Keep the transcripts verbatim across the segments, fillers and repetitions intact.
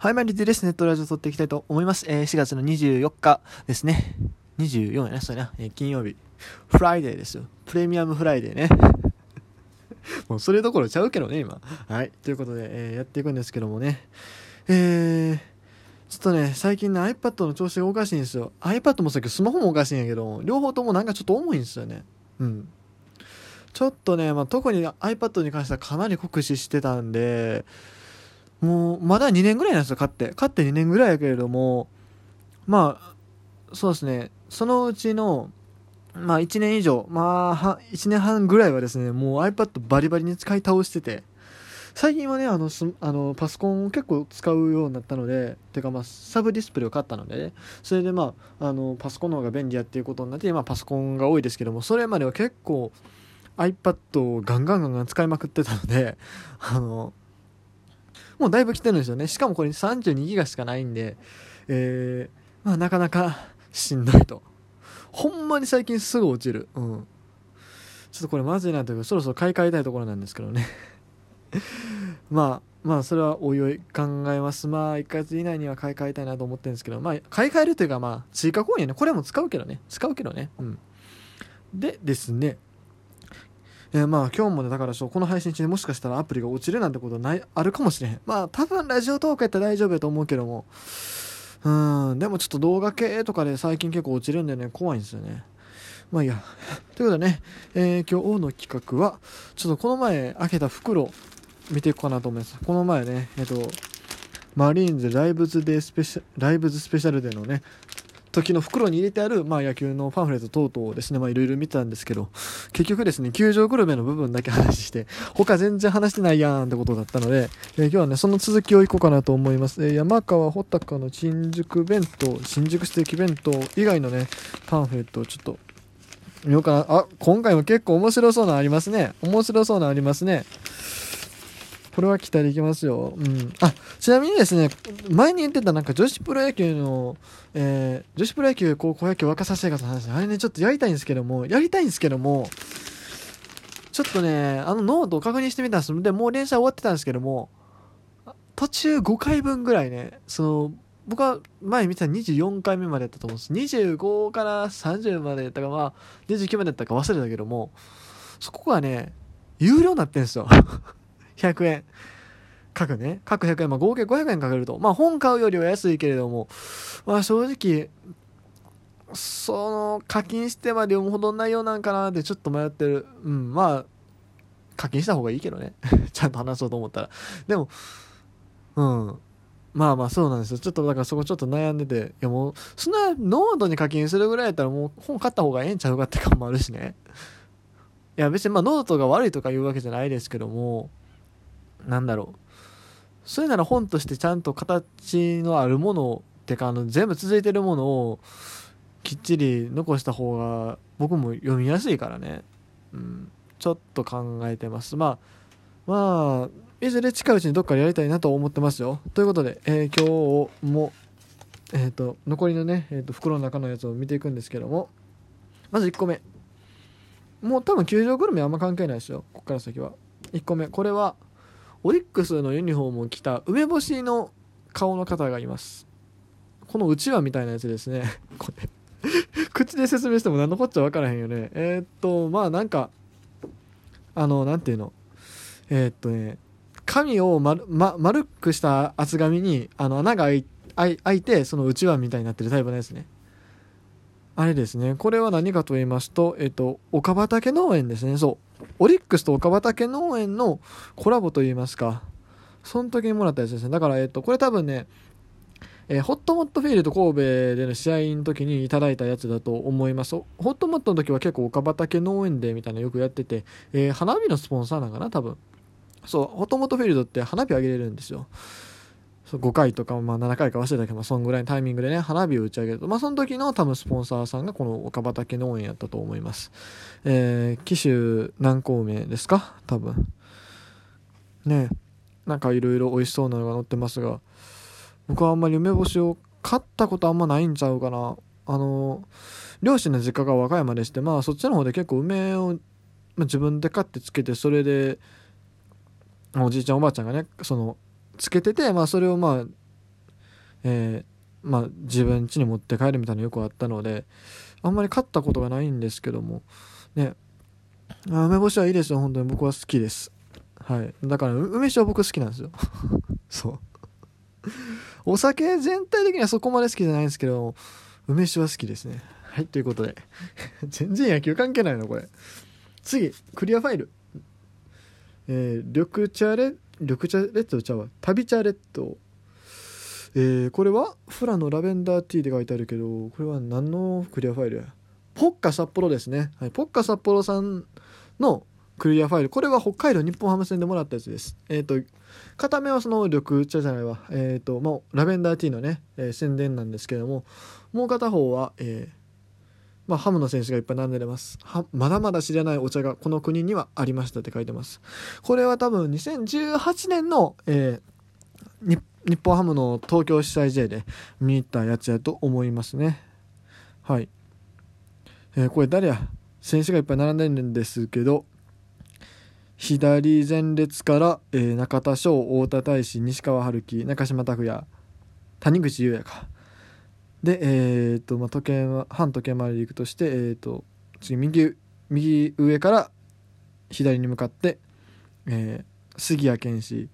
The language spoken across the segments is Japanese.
はい、マリティです。ネットラジオ撮っていきたいと思います。えー、しがつのにじゅうよっかですね。にじゅうよっかやね、それな、えー、金曜日。フライデーですよ。プレミアムフライデーね。もうそれどころちゃうけどね、今。はい。ということで、えー、やっていくんですけどもね。えー、ちょっとね、最近ね、iPad の調子がおかしいんですよ。iPad もそうだけど、スマホもおかしいんやけど、両方ともなんかちょっと重いんですよね。うん。ちょっとね、まあ、特に iPad に関してはかなり酷使してたんで、もう、まだにねんぐらいなんですよ、買って。買ってにねんぐらいやけれども、まあ、そうですね、そのうちの、まあいちねん以上、まあ、いちねんはんぐらいはですね、もう iPad バリバリに使い倒してて、最近はね、あの、すあのパソコンを結構使うようになったので、てかまあ、サブディスプレイを買ったのでね、それでまあ、あの、パソコンの方が便利やっていうことになって、まあパソコンが多いですけども、それまでは結構 iPad をガンガンガンガン使いまくってたので、あの、もうだいぶ来てるんですよね。しかもこれさんじゅうにギガしかないんで、えー、まあなかなかしんどいと。ほんまに最近すぐ落ちる。うん。ちょっとこれまずいなというか、そろそろ買い替えたいところなんですけどね。まあ、まあそれはおいおい考えます。まあいっかげつ以内には買い替えたいなと思ってるんですけど、まあ買い替えるというかまあ追加購入ね。これも使うけどね。使うけどね。うん。でですね。えー、まあ今日もね、だからそうこの配信中にもしかしたらアプリが落ちるなんてことないあるかもしれへん。まあ多分ラジオトークやったら大丈夫やと思うけども、うーんでもちょっと動画系とかで最近結構落ちるんでね、怖いんですよね。まあいいや。ということでね、えー、今日の企画はちょっとこの前開けた袋見ていこうかなと思います。この前ね、えっとマリーンズライブズデースペシャライブズスペシャルデーのね時の袋に入れてある、まあ、野球のパンフレット等々をですね、まあ、いろいろ見てたんですけど、結局ですね、球場グルメの部分だけ話して、他全然話してないやんってことだったので、えー、今日はね、その続きをいこうかなと思います。えー、山川穂高の新宿弁当、新宿ステーキ弁当以外のね、パンフレットをちょっと見ようかな。あ、今回も結構面白そうなのありますね。面白そうなのありますね。これは期待できますよ。うん。あ、ちなみにですね、前に言ってたなんか女子プロ野球の、えー、女子プロ野球高校野球若さ生活の話、あれね、ちょっとやりたいんですけども、やりたいんですけども、ちょっとね、あのノートを確認してみたんです。で、もう連載終わってたんですけども、途中ごかいぶんぐらいね、その、僕は前見てたにじゅうよんかいめまでやったと思うんです。にじゅうごからさんじゅうまでやったか、まあ、にじゅうきゅうまでやったか忘れたけども、そこがね、有料になってんですよ。ひゃくえん。各ね、各ひゃくえん、まあ、合計ごひゃくえんかけると、まあ、本買うよりは安いけれども、まあ、正直、その、課金してまで読むほどの内容なんかなってちょっと迷ってる。うん、まあ、課金した方がいいけどね。ちゃんと話そうと思ったら。でも、うん。まあまあそうなんですよ。ちょっとだからそこちょっと悩んでて、いやもう、そんなノートに課金するぐらいやったらもう本買った方がええんちゃうかって感もあるしね。いや別にまあノートが悪いとか言うわけじゃないですけども、なんだろう。それなら本としてちゃんと形のあるものをてかあの全部続いてるものをきっちり残した方が僕も読みやすいからね、うん、ちょっと考えてます。まあまあいずれ近いうちにどっかでやりたいなと思ってますよ。ということで、えー、今日もえっ、ー、と残りのね、えー、と袋の中のやつを見ていくんですけども、まずいっこめ、もう多分球場グルメあんま関係ないですよ、ここから先は。いっこめ、これはオリックスのユニフォームを着た梅干しの顔の方がいます。このうちわみたいなやつですね。これ口で説明しても何のこっちゃ分からへんよね。えー、っとまあなんかあのなんていうの、えー、っとね紙を丸、ま、丸くした厚紙にあの穴が開い開いて、そのうちわみたいになってるタイプのやつね。あれですね。これは何かと言いますと、えっと岡畑農園ですね。そうオリックスと岡畑農園のコラボと言いますか、その時にもらったやつですね。だからえっとこれ多分ね、えー、ホットモットフィールド神戸での試合の時にいただいたやつだと思います。ホットモットの時は結構岡畑農園デーみたいなのよくやってて、えー、花火のスポンサーなんかな多分。そう、ホットモットフィールドって花火あげれるんですよ。そうごかいとか、まあ、ななかいか忘れたけど、まあ、そんぐらいのタイミングでね花火を打ち上げると、まあ、その時の多分スポンサーさんがこの岡畑農園やったと思います。えー、紀州南高梅ですか多分ね。なんかいろいろ美味しそうなのが載ってますが、僕はあんまり梅干しを買ったことあんまないんちゃうかな。あの両親の実家が和歌山でして、まあそっちの方で結構梅を、まあ、自分で買ってつけて、それでおじいちゃんおばあちゃんがねそのつけてて、まあそれをまあえー、まあ自分家に持って帰るみたいなのよくあったので、あんまり買ったことがないんですけどもね、梅干しはいいですよ。本当に僕は好きです。はい。だから梅酒は僕好きなんですよ。そうお酒全体的にはそこまで好きじゃないんですけど、梅酒は好きですね。はい、ということで全然野球関係ないのこれ。次、クリアファイル、えー、緑茶レ緑茶レッドちゃうわ旅茶レッド、えー、これはフラのラベンダーティーで書いてあるけど、これは何のクリアファイルや。ポッカ札幌ですね、はい、ポッカ札幌さんのクリアファイル、これは北海道日本ハム戦でもらったやつです。えっ、ー、と片目はその緑茶じゃないわ、えっ、ー、ともうラベンダーティーのね、えー、宣伝なんですけども、もう片方は、えーまあ、ハムの選手がいっぱい並んでます。はまだまだ知らないお茶がこの国にはありましたって書いてます。これは多分にせんじゅうはちねんの、えー、日本ハムの東京主催試合で見に行ったやつやと思いますね。はい、えー、これ誰や、選手がいっぱい並んでるんですけど、左前列から、えー、中田翔、太田大志、西川春樹、中島拓也、谷口優也かで、えーとまあ、時計は反時計回りでいくとして、えー、と次 右, 右上から左に向かって、えー、杉谷拳士、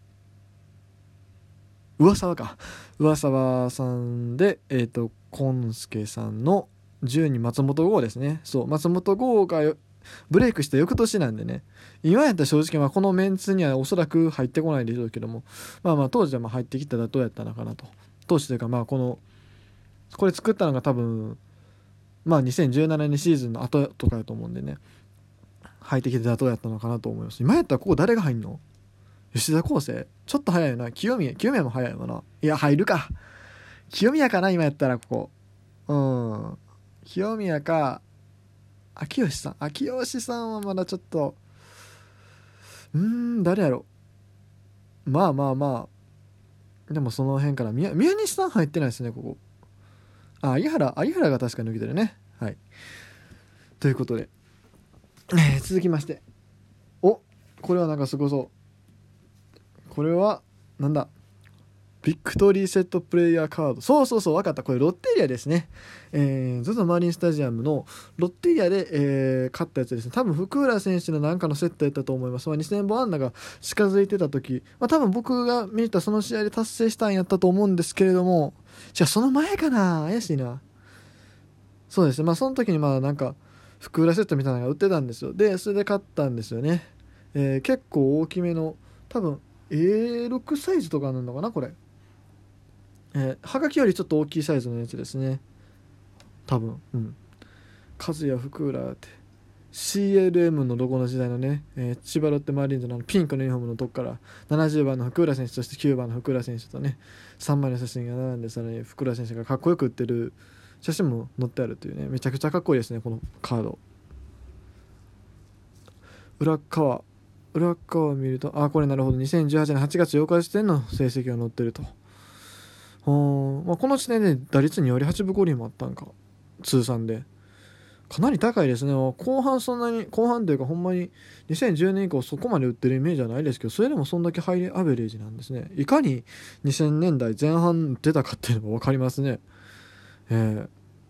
上沢か上沢さんで、えー、と権助さんのじゅうに松本剛ですね。そう松本剛がブレイクした翌年なんでね、今やったら正直まあこのメンツにはおそらく入ってこないでしょうけども、まあまあ当時はまあ入ってきたらどうやったのかなと。当時というかまあこのこれ作ったのが多分まあにせんじゅうななねんシーズンの後とかやと思うんでね、入ってきて妥当やったのかなと思います。今やったらここ誰が入んの？吉田康生ちょっと早いよな。清宮清宮も早いわな。いや入るか、清宮かな今やったら。ここうん清宮か秋吉さん秋吉さんはまだちょっとうーん誰やろ。まあまあまあでもその辺から宮宮西さん入ってないですねここ。あ、相原、相原が確か抜けてるね。はい。ということで、えー、続きまして。お、これはなんかすごそう。これは、なんだ。ビクトリーセットプレイヤーカード。そうそうそう、わかった。これロッテリアですね。えー、ゾゾマリンスタジアムのロッテリアで、えー、買ったやつですね。多分福浦選手のなんかのセットやったと思います。まあ、にせんぼん安打が近づいてた時、まあ、多分僕が見たその試合で達成したんやったと思うんですけれども、じゃあその前かな、怪しいな。そうですね、まあその時にまあなんか福浦セットみたいなのが売ってたんですよ。でそれで買ったんですよね。えー、結構大きめの多分 エーろく サイズとかなのかなこれ。えー、はがきよりちょっと大きいサイズのやつですね多分。うん和也福浦って シーエルエム のロゴの時代のね、えー、千葉ロッテマリーンズのピンクのユニフォームのとこからななじゅうばんの福浦選手としてきゅうばんの福浦選手とねさんまいの写真が並んで、さらに福浦選手がかっこよく売ってる写真も載ってあるというね、めちゃくちゃかっこいいですねこのカード。裏側裏側を見ると、あこれなるほどにせんじゅうはちねんはちがつようか時点の成績が載ってると。は、まあ、この時点で打率に割はちぶご厘もあったんか通算でかなり高いですね。後半そんなに後半というかほんまににせんじゅうねん以降そこまで打ってるイメージはないですけど、それでもそんだけハイアベレージなんですね。いかににせんねんだいぜん半出たかっていうのが分かりますね。え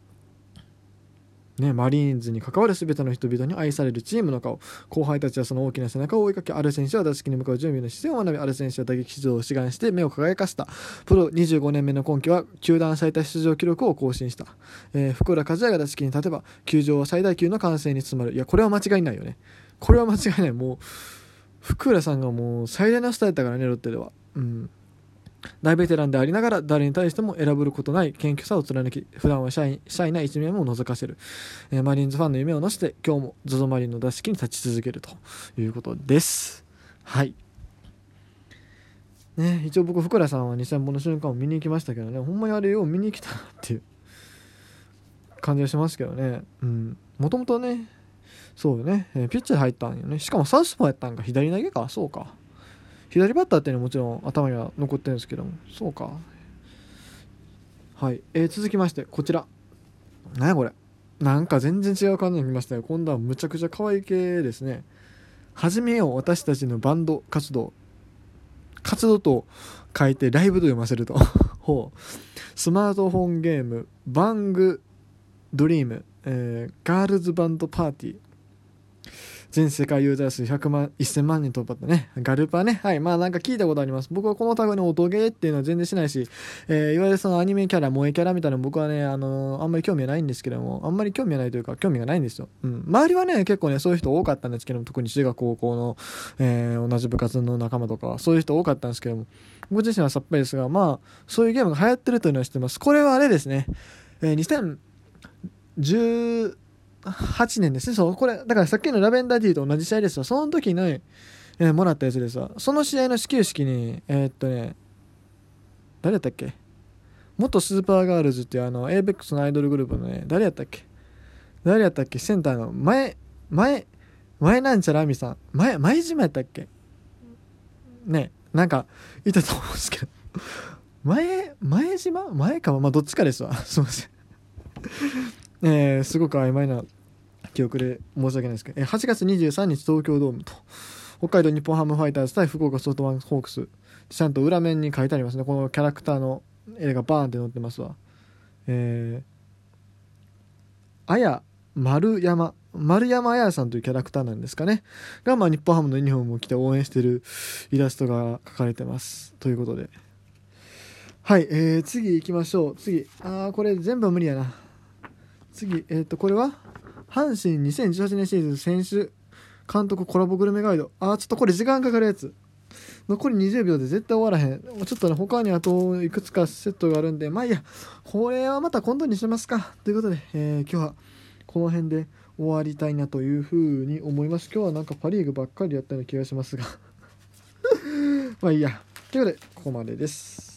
ー、ねマリーンズに関わる全ての人々に愛されるチームの顔。後輩たちはその大きな背中を追いかけ、ある選手は打席に向かう準備の姿勢を学び、ある選手は打撃出場を志願して目を輝かした。プロにじゅうごねんめの今季は球団最多出場記録を更新した。えー、福浦和也が打席に立てば球場は最大級の歓声に包まれる。いやこれは間違いないよね。これは間違いない。もう福浦さんがもう最大のスターやったからねロッテでは。うん大ベテランでありながら誰に対しても選ぶことない謙虚さを貫き、普段はシャイ、シャイな一面も覗かせる、えー、マリーンズファンの夢を乗せて今日も ゾゾ マリンの打席に立ち続けるということです。はいね、一応僕福良さんはにせんぼんの瞬間を見に行きましたけどね、ほんまにあれよう見に来たなっていう感じがしますけどね。うんもともとねそうよね、えー、ピッチャー入ったんよね。しかもサウスポーやったんか、左投げか。そうか左バッターっていうのはもちろん頭には残ってるんですけども、そうか。はい、えー、続きましてこちら。なんやこれ、なんか全然違う感じに見ましたよ。今度はむちゃくちゃ可愛い系ですね。始めよう私たちのバンド活動活動と書いてライブと読ませるとほう。スマートフォンゲームバングドリーム、えー、ガールズバンドパーティー、全世界ユーザー数ひゃくまんせんまん人突破ってね、ガルパね。はい。まあなんか聞いたことあります。僕はこのタグの音ゲーっていうのは全然しないし、えー、いわゆるそのアニメキャラ、萌えキャラみたいなの僕はね、あのー、あんまり興味はないんですけども、あんまり興味はないというか、興味がないんですよ。うん。周りはね、結構ね、そういう人多かったんですけども、特に中学高校の、えー、同じ部活の仲間とか、そういう人多かったんですけども、僕自身はさっぱりですが、まあ、そういうゲームが流行ってるというのは知ってます。これはあれですね、えー、にせんじゅうはちねんですね。そう、これ、だからさっきのラベンダー D と同じ試合ですわ。その時の、えー、もらったやつですわ。その試合の始球式に、えー、っとね、誰やったっけ、元スーパーガールズっていうあの、エーベックスのアイドルグループのね、誰やったっけ誰やったっけセンターの、前、前、前なんちゃらあみさん。前、前島やったっけね、なんか、いたと思うんですけど。前、前島前かも、まあ、どっちかですわ。すいません。えー、すごく曖昧な記憶で申し訳ないですけど、はちがつにじゅうさんにち東京ドームと、北海道日本ハムファイターズ対福岡ソフトバンクホークス、ちゃんと裏面に書いてありますね。このキャラクターの絵がバーンって載ってますわ。えー、あや丸山丸山あやさんというキャラクターなんですかねが、まあ、日本ハムのユニフォームを着て応援してるイラストが描かれてますということで、はい、えー、次行きましょう。次、あーこれ全部は無理やな。次、えっとこれは阪神にせんじゅうはちねんシーズン選手監督コラボグルメガイド。あーちょっとこれ時間かかるやつ、残りにじゅうびょうで絶対終わらへん。ちょっとね他にあといくつかセットがあるんで、まあいいや、これはまた今度にしますかということで、えー、今日はこの辺で終わりたいなというふうに思います。今日はなんかパリーグばっかりやったような気がしますがまあいいや、ということでここまでです。